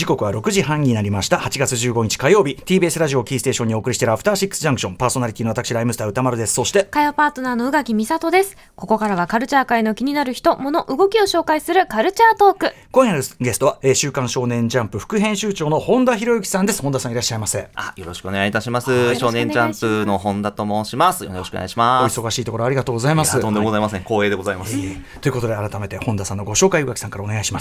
刻は6時半になりました。8月15日火曜日、 TBS ラジオキーステーションにお送りしているアフターシックスジャンクション、パーソナリティの私ライムスター歌丸です。そして火曜パートナーの宇垣美里です。ここからはカルチャー界の気になる人物動きを紹介するカルチャートーク。 今夜のゲストは、週刊少年ジャンプ副編集長の本田博之さんです。本田さんいらっしゃいませ。 よろしくお願いいたします。少年ジャンプの本田と申します。よろしくお願いします。 お忙しいところありがとうございます。 とんでもございません、光栄でございます。 ということで改めて本田さんのご紹介、宇垣さんからお願いします。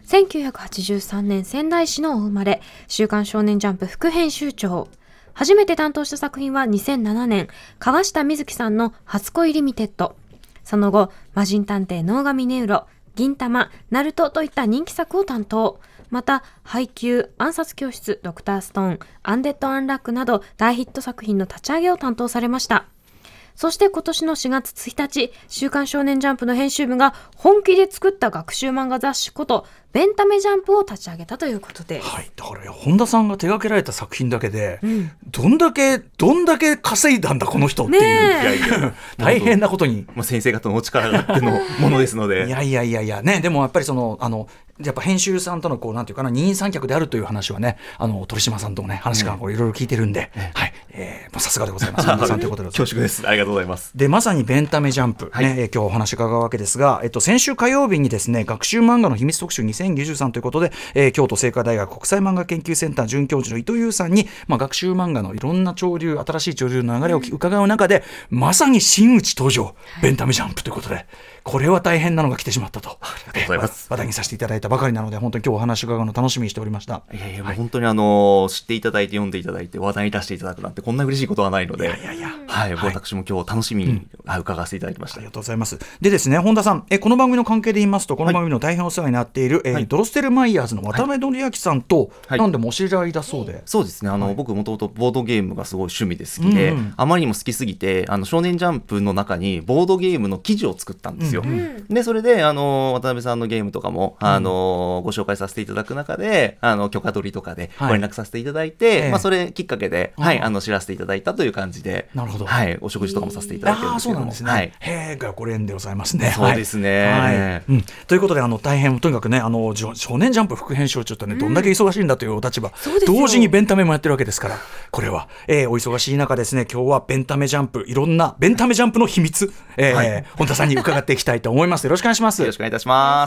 1983年仙台市のお生まれ、週刊少年ジャンプ副編集長。初めて担当した作品は2007年、川下美月さんの初恋リミテッド。その後、魔人探偵ノーガミネウロ、銀魂、ナルトといった人気作を担当。また、ハイキュー、暗殺教室、ドクターストーン、アンデッド・アンラックなど大ヒット作品の立ち上げを担当されました。そして今年の4月1日、週刊少年ジャンプの編集部が本気で作った学習漫画雑誌ことベンタメジャンプを立ち上げたということで、 はい、だから本田さんが手掛けられた作品だけで、どんだけ稼いだんだこの人っていう、いやいや大変なことに、 もう先生方のお力があってのものですのでいやね、でもやっぱりやっぱ編集さんとのなんていうかな、二人三脚であるという話はね、鳥島さんともね話がいろいろ聞いてるんで、はい、さすがでございます本田さんということで恐縮です。ありがとうございます。 でまさにベンタメジャンプ、今日お話伺うわけですが、先週火曜日にですね、学習漫画の秘密特集2023ということで、京都精華大学国際漫画研究センター准教授の伊藤優さんに、学習漫画のいろんな潮流、新しい潮流の流れを伺う中で、まさに真打ち登場、ベンタメジャンプということで、これは大変なのが来てしまったと、話題にさせていただいたばかりなので、本当に今日お話伺うの楽しみにしておりました。 いやもう本当に知っていただいて読んでいただいて話題に出していただくなんてこんな嬉しいことはないので、私も今日楽しみに伺わせていただきました。 ありがとうございます。でですね、本田さん、この番組の関係で言いますと、この番組の大変お世話になっている、ドロステルマイヤーズの渡辺則明さんと、何でもお知り合いだそうで。 そうですね、僕もともとボードゲームがすごい趣味で好きで、あまりにも好きすぎて少年ジャンプの中にボードゲームの記事を作ったんですよ。でそれで渡辺さんのゲームとかもご紹介させていただく中で許可取りとかでご連絡させていただいて、それきっかけで、知らせていただいたという感じで、 なるほど、 お食事とかもさせていただいてるんですけども。 そうなんですね。へー、ご縁でございますね。 そうですね。 ということで大変とにかくね、少年ジャンプ副編集長とね、どんだけ忙しいんだというお立場、同時にベンタメもやってるわけですから、これは、お忙しい中ですね、今日はベンタメジャンプ、いろんなベンタメジャンプの秘密、本田さんに伺っていきたいと思います。よろしくお願いします。 よろしくお願いいたします。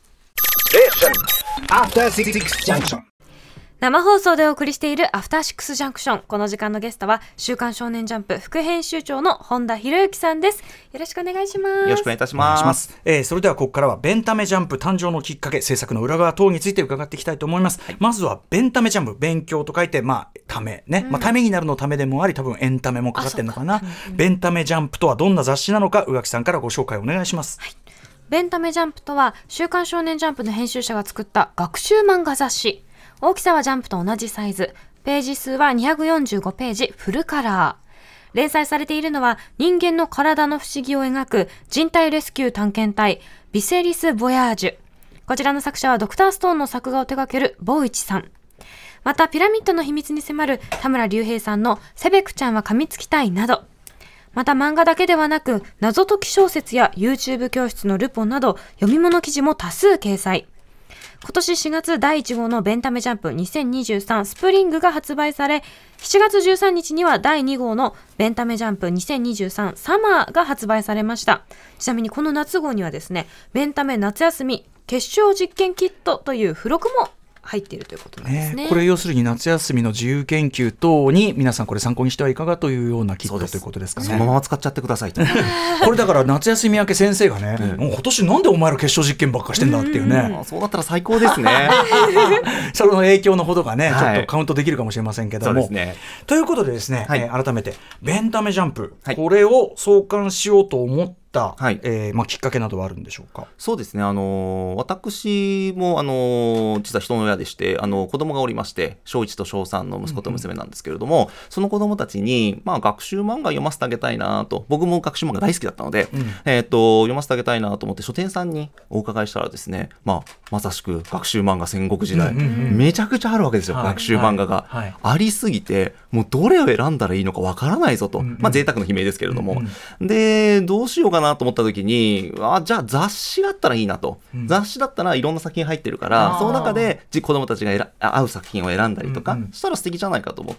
生放送でお送りしているアフターシックスジャンクション。この時間のゲストは週刊少年ジャンプ副編集長の本田博之さんです。よろしくお願いします。 よろしくお願いいたします。 それではここからはベンタメジャンプ誕生のきっかけ、制作の裏側等について伺っていきたいと思います。まずはベンタメジャンプ、勉強と書いてためね、ためになるのためでもあり、多分エンタメもかかってるのかな。ベンタメジャンプとはどんな雑誌なのか、宇垣さんからご紹介お願いします。 ベンタメジャンプとは週刊少年ジャンプの編集者が作った学習漫画雑誌。大きさはジャンプと同じサイズ。ページ数は245ページ、フルカラー。連載されているのは人間の体の不思議を描く人体レスキュー探検隊、ビセリス・ボヤージュ。こちらの作者はドクターストーンの作画を手掛ける坊一さん。またピラミッドの秘密に迫る田村隆平さんのセベクちゃんは噛みつきたいなど。また漫画だけではなく謎解き小説や YouTube 教室のルポなど読み物記事も多数掲載。今年4月第1号のベンタメジャンプ2023スプリングが発売され、7月13日には第2号のベンタメジャンプ2023サマーが発売されました。ちなみにこの夏号にはですね、ベンタメ夏休み結晶実験キットという付録も入っているということなんですね。 これ要するに夏休みの自由研究等に皆さんこれ参考にしてはいかがというようなキットということですかね。 そのまま使っちゃってくださいとこれだから夏休み明け先生がね、もう今年なんでお前ら結晶実験ばっかしてんだっていうね、 そうだったら最高ですねその影響のほどがね、ちょっとカウントできるかもしれませんけども、 そうですね。 ということでですね、改めてベンタメジャンプ、これを創刊しようと思ったきっかけなどはあるんでしょうか。 そうですね、私も実は人の親でして、子供がおりまして、小1と小3の息子と娘なんですけれども、その子供たちに、学習漫画読ませてあげたいなと、僕も学習漫画大好きだったので、読ませてあげたいなと思って書店さんにお伺いしたらですね、まさしく学習漫画戦国時代、めちゃくちゃあるわけですよ、学習漫画が、ありすぎて、もうどれを選んだらいいのかわからないぞと、贅沢の悲鳴ですけれども、でどうしようかかなと思った時に、じゃあ雑誌だったらいいなと、雑誌だったらいろんな作品入ってるからその中で子供たちが合う作品を選んだりとか、したら素敵じゃないかと思って、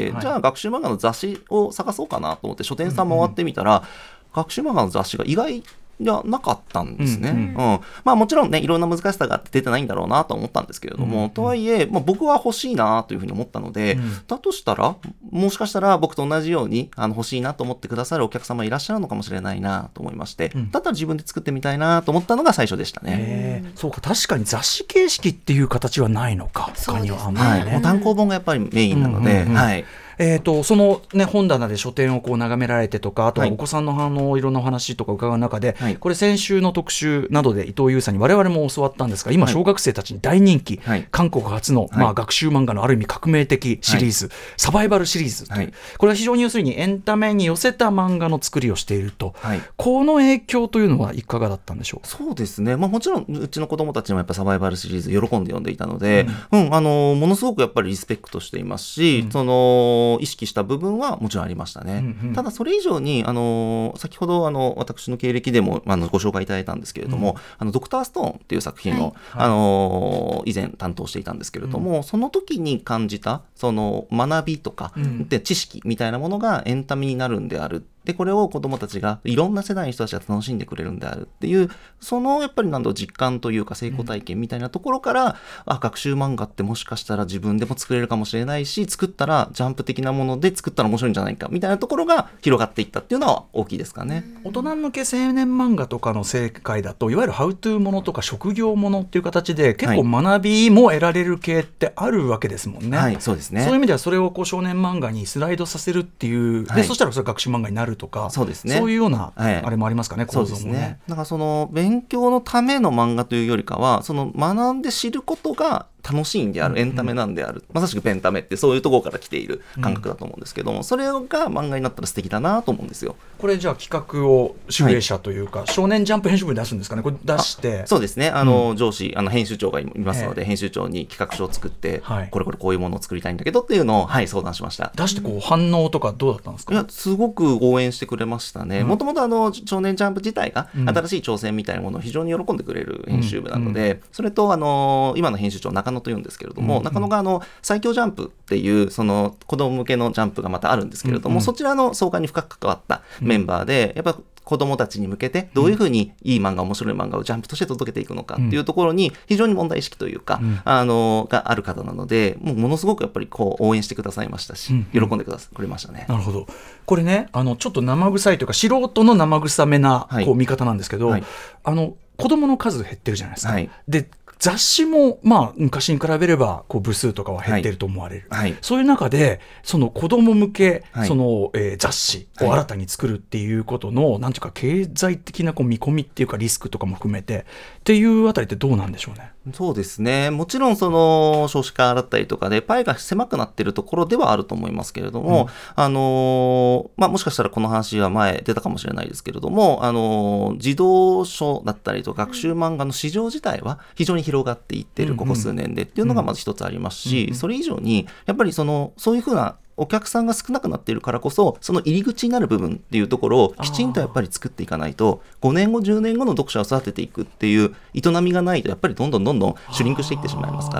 じゃあ学習漫画の雑誌を探そうかなと思って書店さん回ってみたら、学習漫画の雑誌が意外じゃなかったんですね。もちろんねいろんな難しさがあって出てないんだろうなと思ったんですけれども、とはいえ、僕は欲しいなというふうに思ったので、だとしたらもしかしたら僕と同じように欲しいなと思ってくださるお客様いらっしゃるのかもしれないなと思いまして、だったら自分で作ってみたいなと思ったのが最初でしたね。 そうか、確かに雑誌形式っていう形はないのか、他にはもう単行本がやっぱりメインなので、 その、ね、本棚で書店をこう眺められてとか、あとはお子さんのいろんなお話とか伺う中で、これ先週の特集などで伊藤優さんに我々も教わったんですが、今小学生たちに大人気、韓国初の、学習漫画のある意味革命的シリーズ、サバイバルシリーズという、これは非常に要するにエンタメに寄せた漫画の作りをしていると、この影響というのはいかがだったんでしょう。 そうですね、もちろんうちの子どもたちもやっぱサバイバルシリーズ喜んで読んでいたので、ものすごくやっぱりリスペクトしていますし、意識した部分はもちろんありましたね。ただそれ以上に先ほど私の経歴でもご紹介いただいたんですけれども、ドクターストーンっていう作品を、以前担当していたんですけれども、その時に感じたその学びとか、で知識みたいなものがエンタメになるんである。でこれを子どもたちがいろんな世代の人たちが楽しんでくれるんであるっていう、そのやっぱり実感というか成功体験みたいなところから、学習漫画ってもしかしたら自分でも作れるかもしれないし、作ったらジャンプ的なもので作ったら面白いんじゃないかみたいなところが広がっていったっていうのは大きいですかね。 大人向け青年漫画とかの世界だといわゆるハウトゥーものとか職業ものっていう形で結構学びも得られる系ってあるわけですもんね。 そうですね。 そういう意味ではそれをこう少年漫画にスライドさせるっていう、でそしたらそれ学習漫画になるとか、 そうですね、 そういうような、あれもありますかね、構造もね。 そうですね。だからその勉強のための漫画というよりかは、その学んで知ることが楽しいんである、エンタメなんである、まさしくペンタメってそういうところから来ている感覚だと思うんですけども、それが漫画になったら素敵だなと思うんですよ。 これじゃあ企画を集英社というか、少年ジャンプ編集部に出すんですかね。これ出してそうですね、上司編集長がいますので、編集長に企画書を作って、こういうものを作りたいんだけどっていうのを、相談しました。 出してこう反応とかどうだったんですか。 いやすごく応援してくれましたね。もともと少年ジャンプ自体が新しい挑戦みたいなものを非常に喜んでくれる編集部なので、それと今の編集長中野というんですけれども、中野が最強ジャンプっていうその子供向けのジャンプがまたあるんですけれども、そちらの創刊に深く関わったメンバーで、やっぱ子供たちに向けてどういうふうにいい漫画、面白い漫画をジャンプとして届けていくのかっていうところに非常に問題意識というか、がある方なので、ものすごくやっぱりこう応援してくださいましたし、喜んでくれましたね。 なるほど。これねちょっと生臭いというか素人の生臭めなこう見方なんですけど、子供の数減ってるじゃないですか。で雑誌も昔に比べればこう部数とかは減っていると思われる、そういう中でその子ども向け、雑誌を新たに作るっていうことの、なんていうか経済的なこう見込みっていうかリスクとかも含めてっていうあたりってどうなんでしょうね。 そうですね、もちろんその少子化だったりとかでパイが狭くなっているところではあると思いますけれども、もしかしたらこの話は前出たかもしれないですけれども、児童書だったりと学習漫画の市場自体は非常に広がっていっているここ数年でっていうのがまず一つありますし、それ以上にやっぱりそういうふうなお客さんが少なくなっているからこそ、その入り口になる部分っていうところをきちんとやっぱり作っていかないと、5年後10年後の読者を育てていくっていう営みがないとやっぱりどんどんシュリンクしていってしまいますから、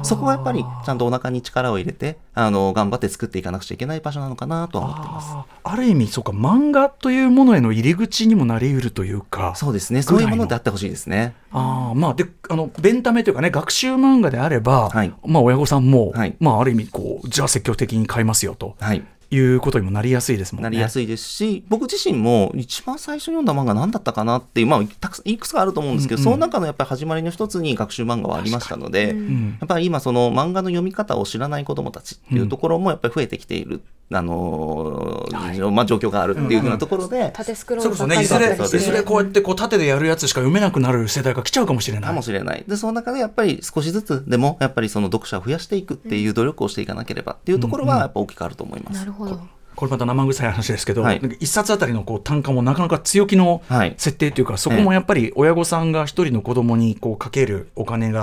そこはやっぱりちゃんとお腹に力を入れて頑張って作っていかなくちゃいけない場所なのかなとは思っています。 ある意味そうか、漫画というものへの入り口にもなりうるというか、 そうですね、そういうものであってほしいですね。 でベンタメというかね、学習漫画であれば、親御さんも、ある意味こうじゃあ積極的に買いますよと、いうことにもなりやすいですもんね。 なりやすいですし、僕自身も一番最初読んだ漫画何だったかなっていう、たくさんいくつかあると思うんですけど、その中のやっぱり始まりの一つに学習漫画はありましたので、やっぱり今その漫画の読み方を知らない子どもたちっていうところもやっぱり増えてきている、状況があるっていうふうなところで、 縦スクロールばっかりいずれこうやってこう縦でやるやつしか読めなくなる世代が来ちゃうかもしれない。 でその中でやっぱり少しずつでもやっぱりその読者を増やしていくっていう努力をしていかなければっていうところはやっぱ大きくあると思います。 なるほど。 これまた生臭い話ですけど、一冊あたりのこう単価もなかなか強気の設定というか、そこもやっぱり親御さんが一人の子供にこうかけるお金が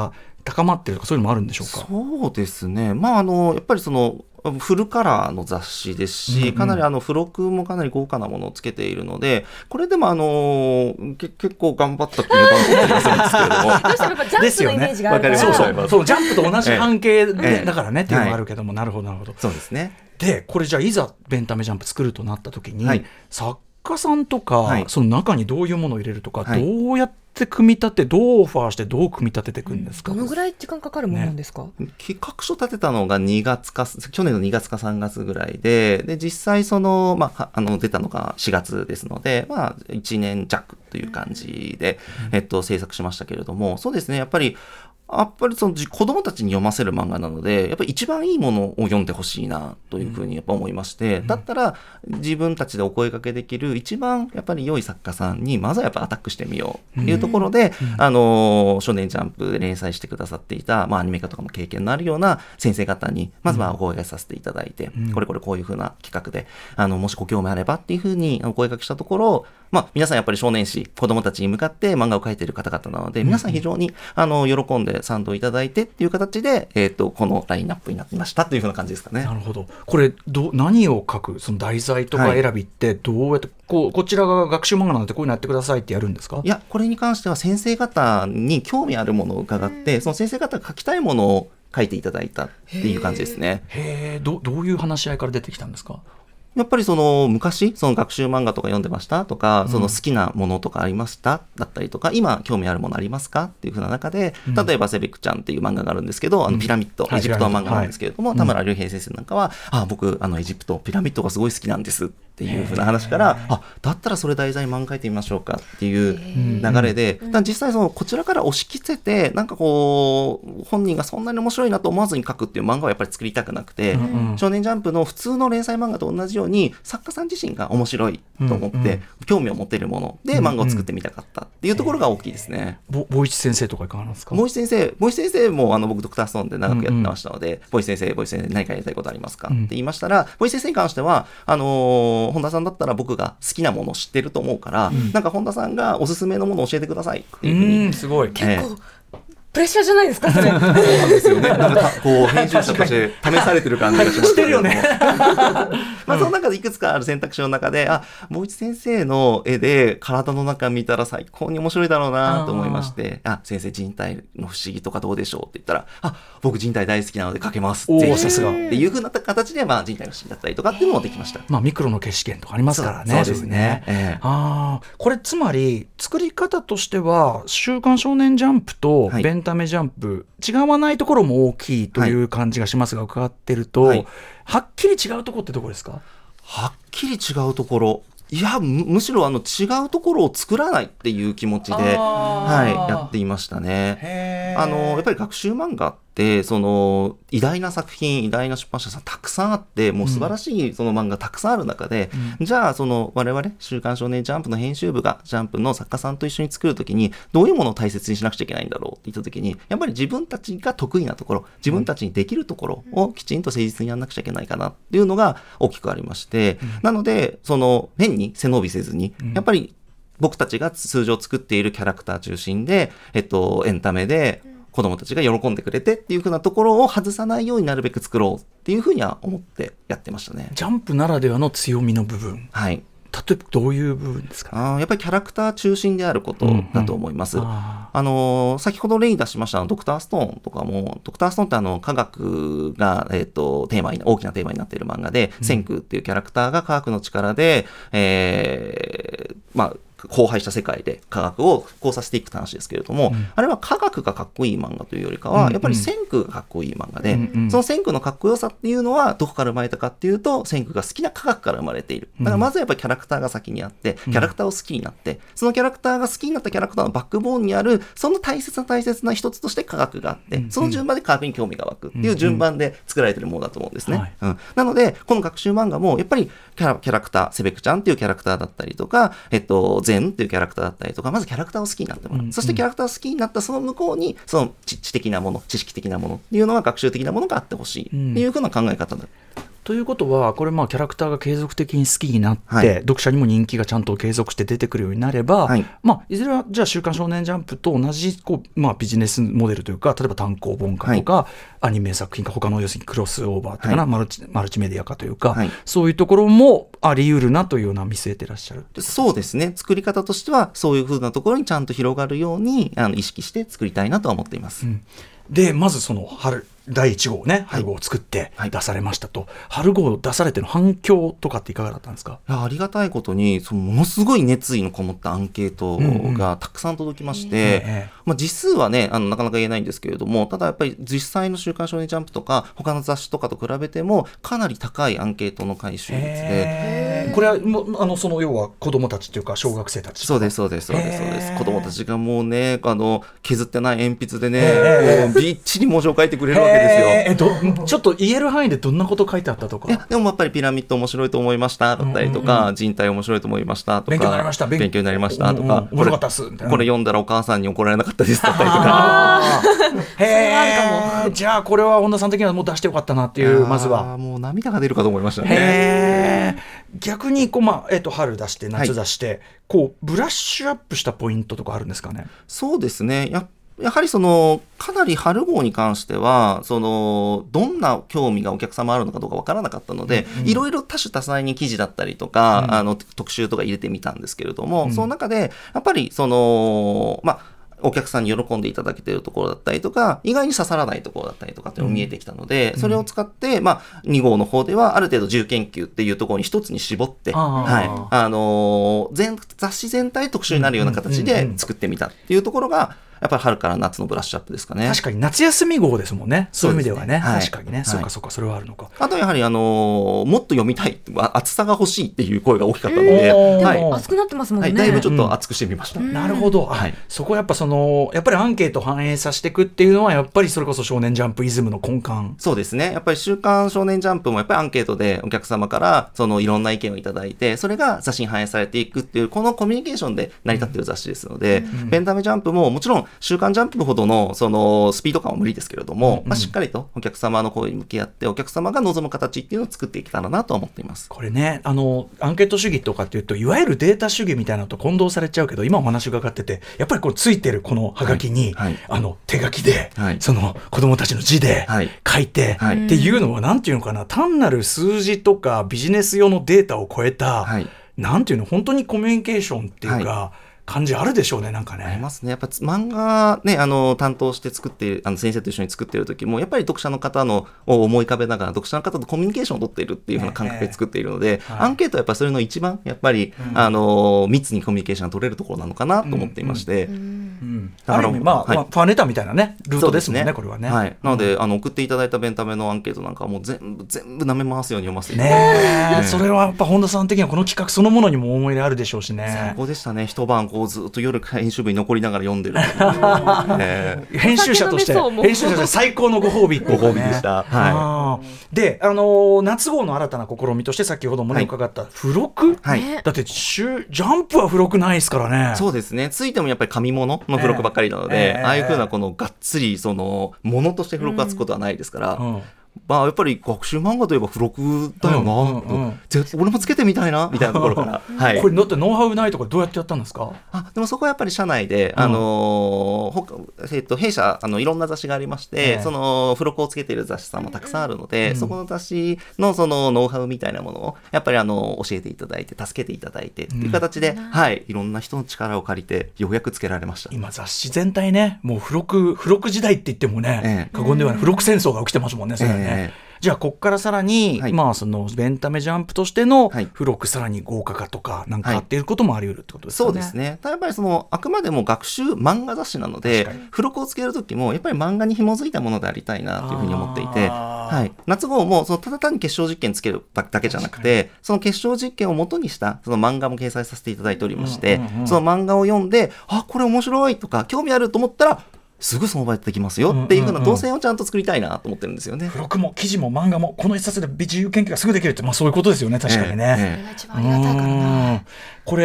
高まってるとかそういうのもあるんでしょうか。 そうですね、まあ、やっぱりそのフルカラーの雑誌ですし、かなり付録もかなり豪華なものをつけているので、これでも結構頑張ったっていう感じがするんですけれどもどうしてもやっぱジャンプのイメージがあるから、 そうジャンプと同じ半径で、だからねっていうのがあるけども、 はい、 なるほどなるほど。 そうですね。 でこれじゃあいざベンタメジャンプ作るとなった時に、 はい、 作家さんとか、 はい、 その中にどういうものを入れるとか、 はい、 どうやって組み立て、どうオファーしてどう組み立てていくんですか。 どのぐらい時間かかるものなんですか。 企画書立てたのが2月か去年の2月か3月ぐらいで、実際その、出たのが4月ですので、1年弱という感じで、制作しましたけれども、そうですね、やっぱりその子供たちに読ませる漫画なので、やっぱり一番いいものを読んでほしいなというふうにやっぱ思いまして、だったら自分たちでお声掛けできる一番やっぱり良い作家さんにまずはやっぱアタックしてみようというところで、少年ジャンプで連載してくださっていた、アニメ化とかも経験のあるような先生方にまずはお声掛けさせていただいて、こういうふうな企画でもしご興味あればっていうふうにお声掛けしたところ、皆さんやっぱり少年誌、子供たちに向かって漫画を描いている方々なので、皆さん非常に喜んで賛同いただいてっていう形で、このラインナップになってましたというふうな感じですかね。 なるほど。これ何を書く、その題材とか選びってどうやって、こちらが学習漫画なのでこういうのやってくださいってやるんですか。 いや、これに関しては先生方に興味あるものを伺って、その先生方が書きたいものを書いていただいたっていう感じですね。 どういう話し合いから出てきたんですか。 やっぱり昔その学習漫画とか読んでましたとか、その好きなものとかありましただったりとか、今興味あるものありますかっていう風な中で、例えばセベクちゃんっていう漫画があるんですけど、ピラミッド、エジプトの漫画なんですけれども、田村隆平先生なんかは、僕エジプトピラミッドがすごい好きなんですっていう風な話から、だったらそれ題材に漫画描いてみましょうかっていう流れで、実際こちらから押し切せて、なんか本人がそんなに面白いなと思わずに描くっていう漫画をやっぱり作りたくなくて、少年ジャンプの普通の連載漫画と同じように作家さん自身が面白いと思って、興味を持てるもので漫画を作ってみたかったっていうところが大きいですね。 ボイチ先生とかいかがなんですか。 ボイチ先生も僕ドクターストーンで長くやってましたので、ボイチ先生何かやりたいことありますかって言いましたら、ボイチ先生に関しては本田さんだったら僕が好きなものを知ってると思うから、なんか本田さんがおすすめのものを教えてくださいっていうふうに。 すごい、 結構プレッシャーじゃないですかそれ。そうなんですよね。なんか編集者として試されてる感じがしますけども。その中でいくつかある選択肢の中で、坊一先生の絵で体の中見たら最高に面白いだろうなと思いまして、先生人体の不思議とかどうでしょうって言ったら、僕人体大好きなので描けますってさすがっていう風な形で、人体の不思議だったりとかっていうのもできました。 ミクロの決死権とかありますからね。 そうですね。 これつまり作り方としては週刊少年ジャンプとベンタメジャンプ、違わないところも大きいという感じがしますが、伺ってると、はっきり違うところってどこですか。 はっきり違うところ、いや むしろ違うところを作らないっていう気持ちで、やっていましたね。やっぱり学習漫画って偉大な作品、偉大な出版社さんたくさんあって、もう素晴らしいその漫画たくさんある中で、じゃあ我々週刊少年ジャンプの編集部がジャンプの作家さんと一緒に作るときにどういうものを大切にしなくちゃいけないんだろうって言ったときに、やっぱり自分たちが得意なところ、自分たちにできるところをきちんと誠実にやらなくちゃいけないかなっていうのが大きくありまして、なので変に背伸びせずに、やっぱり僕たちが通常作っているキャラクター中心で、エンタメで子供たちが喜んでくれてっていう風なところを外さないようになるべく作ろうっていう風には思ってやってましたね。 ジャンプならではの強みの部分、 はい、 例えばどういう部分ですか。 やっぱりキャラクター中心であることだと思います。先ほど例に出しましたドクターストーンとかも、ドクターストーンって科学が、大きなテーマになっている漫画で、千空っていうキャラクターが科学の力で、荒廃した世界で科学を復興させていく話ですけれども、あれは科学がかっこいい漫画というよりかは、やっぱり千空がかっこいい漫画で、その千空のかっこよさっていうのはどこから生まれたかっていうと、千空が好きな科学から生まれている。だからまずはやっぱりキャラクターが先にあって、キャラクターを好きになって、そのキャラクターが好きになったキャラクターのバックボーンにあるその大切な一つとして科学があって、その順番で科学に興味が湧くっていう順番で作られているものだと思うんですね。なのでこの学習漫画もやっぱりキャラクター、セベクちゃんっていうキャラクターだったりとか、ゼンっていうキャラクターだったりとか、まずキャラクターを好きになってもらう。そしてキャラクターを好きになったその向こうに、その知的なもの、知識的なものっていうのは学習的なものがあってほしいっていうふうな考え方だ。 ということはこれまあキャラクターが継続的に好きになって、 はい、 読者にも人気がちゃんと継続して出てくるようになれば、はい、まあ、いずれはじゃあ週刊少年ジャンプと同じこう、まあ、ビジネスモデルというか例えば単行本化とか、はい、アニメ作品か他の要するにクロスオーバーというかな、はい、マルチメディア化というか、はい、そういうところもあり得るなというような見据えてらっしゃる。 そうですね、作り方としてはそういう風なところにちゃんと広がるように意識して作りたいなとは思っています。 でまずその第1号ね、春号を作って出されましたと、はい、春号を出されての反響とかっていかがだったんですか？ ありがたいことにものすごい熱意のこもったアンケートがたくさん届きまして、まあ、実数はねなかなか言えないんですけれども、ただやっぱり実際の週刊少年ジャンプとか他の雑誌とかと比べてもかなり高いアンケートの回収率で、 これはその要は子どもたちというか小学生たちとか。 そうです子どもたちがもうね削ってない鉛筆でね、びっちり文字を書いてくれるわけですよ。 ちょっと言える範囲でどんなこと書いてあったとか。 いやでもやっぱりピラミッド面白いと思いましただったりとか、人体面白いと思いましたとか、 勉強になりました勉強になりましたとか、 面白かったっすみたいな、 これ読んだらお母さんに怒られなかったですだったりとかじゃあこれは本田さん的にはもう出してよかったなっていう、まずはもう涙が出るかと思いましたね。 逆に春出して夏出して、はい、ブラッシュアップしたポイントとかあるんですかね？ そうですね、やはりかなり春号に関してはどんな興味がお客様あるのかどうかわからなかったので、いろいろ多種多彩に記事だったりとか、特集とか入れてみたんですけれども、その中でやっぱりお客さんに喜んでいただけているところだったりとか、意外に刺さらないところだったりとかっていうのが見えてきたので、それを使って、2号の方ではある程度自由研究っていうところに一つに絞って、雑誌全体特集になるような形で作ってみたっていうところが、やっぱり春から夏のブラッシュアップですかね。 確かに夏休み号ですもんね。そういう意味ではね。確かにね。そうかそれはあるのか。 あとやはりもっと読みたい、厚さが欲しいっていう声が大きかったので、 でも熱くなってますもんね。 だいぶちょっと熱くしてみました。 なるほど。そこはやっぱやっぱりアンケート反映させていくっていうのはやっぱりそれこそ少年ジャンプイズムの根幹。 そうですね。やっぱり週刊少年ジャンプもやっぱりアンケートでお客様からいろんな意見をいただいて、それが雑誌に反映されていくっていうこのコミュニケーションで成り立っている雑誌ですので、ペンタメジャンプももちろん週刊ジャンプほどのスピード感は無理ですけれども、しっかりとお客様の声に向き合ってお客様が望む形っていうのを作っていけたらなと思っています。 これねアンケート主義とかっていうといわゆるデータ主義みたいなのと混同されちゃうけど、今お話伺っててやっぱりついてるこのハガキに、手書きで、子どもたちの字で書いて、っていうのはなんていうのかな、単なる数字とかビジネス用のデータを超えた、なんていうの本当にコミュニケーションっていうか、感じあるでしょうね。なんかねありますね。やっぱ漫画ね担当して作っている先生と一緒に作っている時もやっぱり読者の方を思い浮かべながら読者の方とコミュニケーションを取っているっていう風な感覚で作っているので、アンケートはやっぱりそれの一番やっぱり、密にコミュニケーションが取れるところなのかなと思っていまして、 ある意味ファンレターみたいなねルートですもんね。これはね。 なので送っていただいたベンタメのアンケートなんかはもう全部舐め回すように読ませていただいて、それはやっぱ本田さん的にはこの企画そのものにも思い入れあるでしょうしね。 最高でしたね。一晩ずっと夜編集部に残りながら読んでる編集者として最高のご褒美っていうかね、 ご褒美でした。 で夏号の新たな試みとして先ほどもね伺った付録、だってジャンプは付録ないですからね。 そうですね。ついてもやっぱり紙物の付録ばっかりなので、ああいう風ながっつりものとして付録がつくことはないですから、やっぱり学習漫画といえば付録だよな、俺もつけてみたいなみたいなところからこれだってノウハウないとかどうやってやったんですか？ でもそこはやっぱり社内で、弊社いろんな雑誌がありまして、その付録をつけている雑誌さんもたくさんあるので、そこの雑誌のノウハウみたいなものをやっぱり教えていただいて助けていただいてっていう形で、いろんな人の力を借りてようやくつけられました。 今雑誌全体ねもう付録時代って言ってもね、過言ではない付録戦争が起きてますもんね。それはね。じゃあここからさらに、そのベンタメジャンプとしての付録さらに豪華化とかなんかっていうこともあり得るってことですかね。 そうですね。ただやっぱりあくまでも学習漫画雑誌なので付録をつけるときもやっぱり漫画に紐づいたものでありたいなというふうに思っていて、夏号もただ単に結晶実験つけるだけじゃなくて、その結晶実験を元にしたその漫画も掲載させていただいておりまして、その漫画を読んでこれ面白いとか興味あると思ったらすぐその場でできますよっていう風な動線をちゃんと作りたいなと思ってるんですよね。 付録も記事も漫画もこの一冊で自由研究がすぐできるって、そういうことですよね。確かにね。 それが一番ありがたいからな。 これ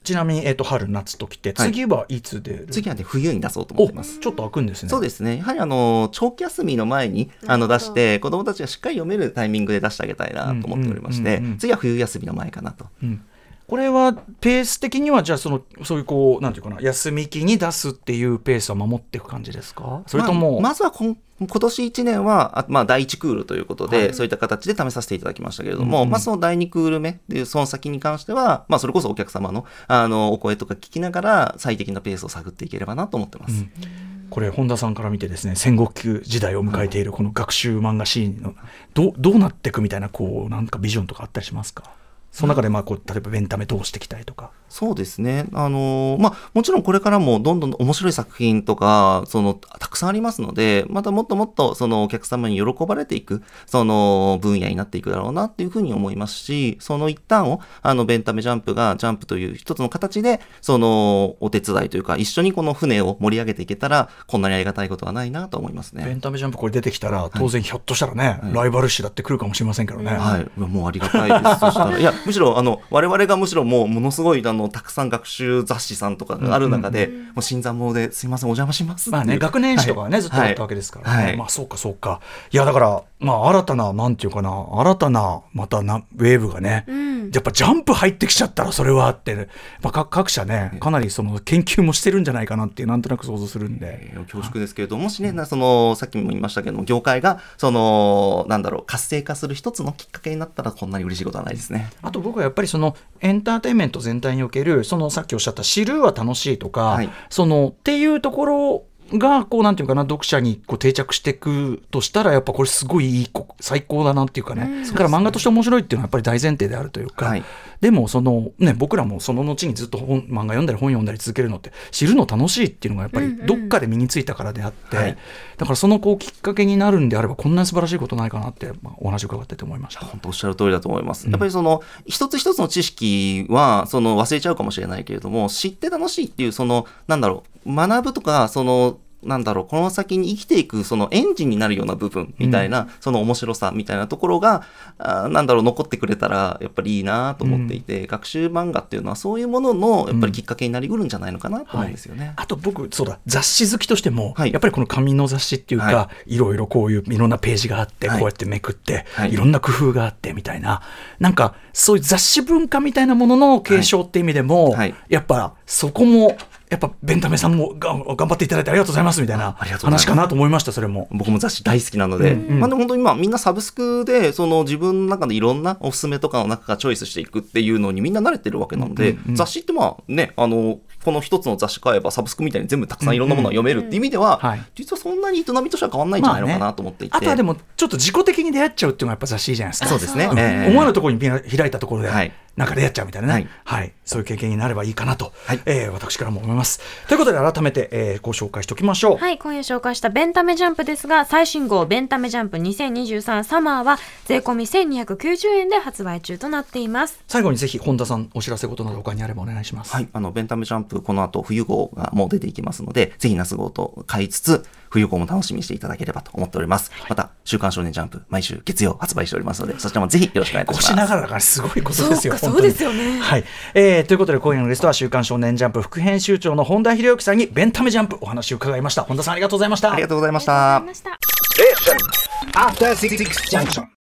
ちなみに、春夏ときて、 はい次はいつ出る？ 次はね、冬に出そうと思ってます。 ちょっと開くんですね。 そうですね。やはり長期休みの前に出して、子どもたちがしっかり読めるタイミングで出してあげたいなと思っておりまして、次は冬休みの前かなと。 これはペース的にはじゃあそういうこうなんていうかな、休み期に出すっていうペースは守っていく感じですか？それとも、 まずは今年1年は第1クールということで、そういった形で試させていただきましたけれども、その第2クール目っていうその先に関しては、それこそお客様のお声とか聞きながら最適なペースを探っていければなと思ってます。 これ本田さんから見てですね、戦国時代を迎えているこの学習漫画シーンのどうなっていくみたいなこうなんかビジョンとかあったりしますか？その中でこう例えばエンタメどうしていきたいとか。 そうですね。もちろんこれからもどんどん面白い作品とかたくさんありますので、またもっともっとお客様に喜ばれていく分野になっていくだろうなっていうふうに思いますし、その一端をベンタメジャンプがジャンプという一つの形でお手伝いというか一緒にこの船を盛り上げていけたらこんなにありがたいことはないなと思いますね。 ベンタメジャンプこれ出てきたら当然ひょっとしたらね、ライバル誌だって来るかもしれませんけどね。 はい、もうありがたいです。そしたらいやむしろ我々がむしろものすごいたくさん学習雑誌さんとかがある中で、もう新参者ですいませんお邪魔しますっていう、 学年誌とかはね、ずっとやったわけですからね。そうかそうか。いやだから新たななんていうかな、新たなまたウェーブがね、やっぱジャンプ入ってきちゃったらそれはあって、各社ねかなり研究もしてるんじゃないかなっていうなんとなく想像するんで、 恐縮ですけれども、もしねさっきも言いましたけども、業界が活性化する一つのきっかけになったらこんなに嬉しいことはないですね。 あと僕はやっぱりエンターテインメント全体におけるさっきおっしゃった知るは楽しいとか、っていうところがなんていうかな、読者に定着していくとしたらやっぱこれすごいいい最高だなっていうかね、それから漫画として面白いっていうのはやっぱり大前提であるというか、でも僕らもその後にずっと漫画読んだり本読んだり続けるのって知るの楽しいっていうのがやっぱりどっかで身についたからであって、だからきっかけになるんであればこんなに素晴らしいことないかなって、お話を伺ってて思いました。 本当おっしゃる通りだと思います。やっぱり一つ一つの知識は忘れちゃうかもしれないけれども、知って楽しいっていう学ぶとかこの先に生きていくエンジンになるような部分みたいな、面白さみたいなところが残ってくれたらやっぱりいいなと思っていて、学習漫画っていうのはそういうもののやっぱりきっかけになりうるんじゃないのかなと思うんですよね。 あと僕雑誌好きとしても、やっぱりこの紙の雑誌っていうか、いろいろこういういろんなページがあって、こうやってめくって、いろんな工夫があってみたいな、なんかそういう雑誌文化みたいなものの継承って意味でも、やっぱそこもやっぱベンタメさんも頑張っていただいてありがとうございますみたいな話かなと思いました。それも僕も雑誌大好きなので、でも本当に今みんなサブスクで自分の中でいろんなおすすめとかの中からチョイスしていくっていうのにみんな慣れてるわけなので、雑誌ってこの一つの雑誌買えばサブスクみたいに全部たくさんいろんなものが読めるっていう意味では、実はそんなに営みとしては変わんないんじゃないのかなと思っていて、 あとはでもちょっと自己的に出会っちゃうっていうのがやっぱ雑誌いいじゃないですか。 そうですね、 思わぬところに開いたところで、なんか出会っちゃうみたいなね、そういう経験になればいいかなと、私からも思います。ということで改めて、ご紹介しておきましょう。 はい、今夜紹介したベンタメジャンプですが、最新号ベンタメジャンプ2023サマーは税込み1290円で発売中となっています。 最後にぜひ本田さんお知らせことなど他にあればお願いします。 はい、ベンタメジャンプこの後冬号がもう出ていきますので、ぜひ夏号と買いつつ冬号も楽しみにしていただければと思っております。また週刊少年ジャンプ毎週月曜発売しておりますので、そちらもぜひよろしくお願いいたします。 越しながらだからすごいことですよ。 そうですよね。 はい、ということで今夜のゲストは週刊少年ジャンプ副編集長の本田博之さんにベンタメジャンプお話を伺いました。本田さんありがとうございました。 ありがとうございました。 ありがとうございました。 After 66 junction.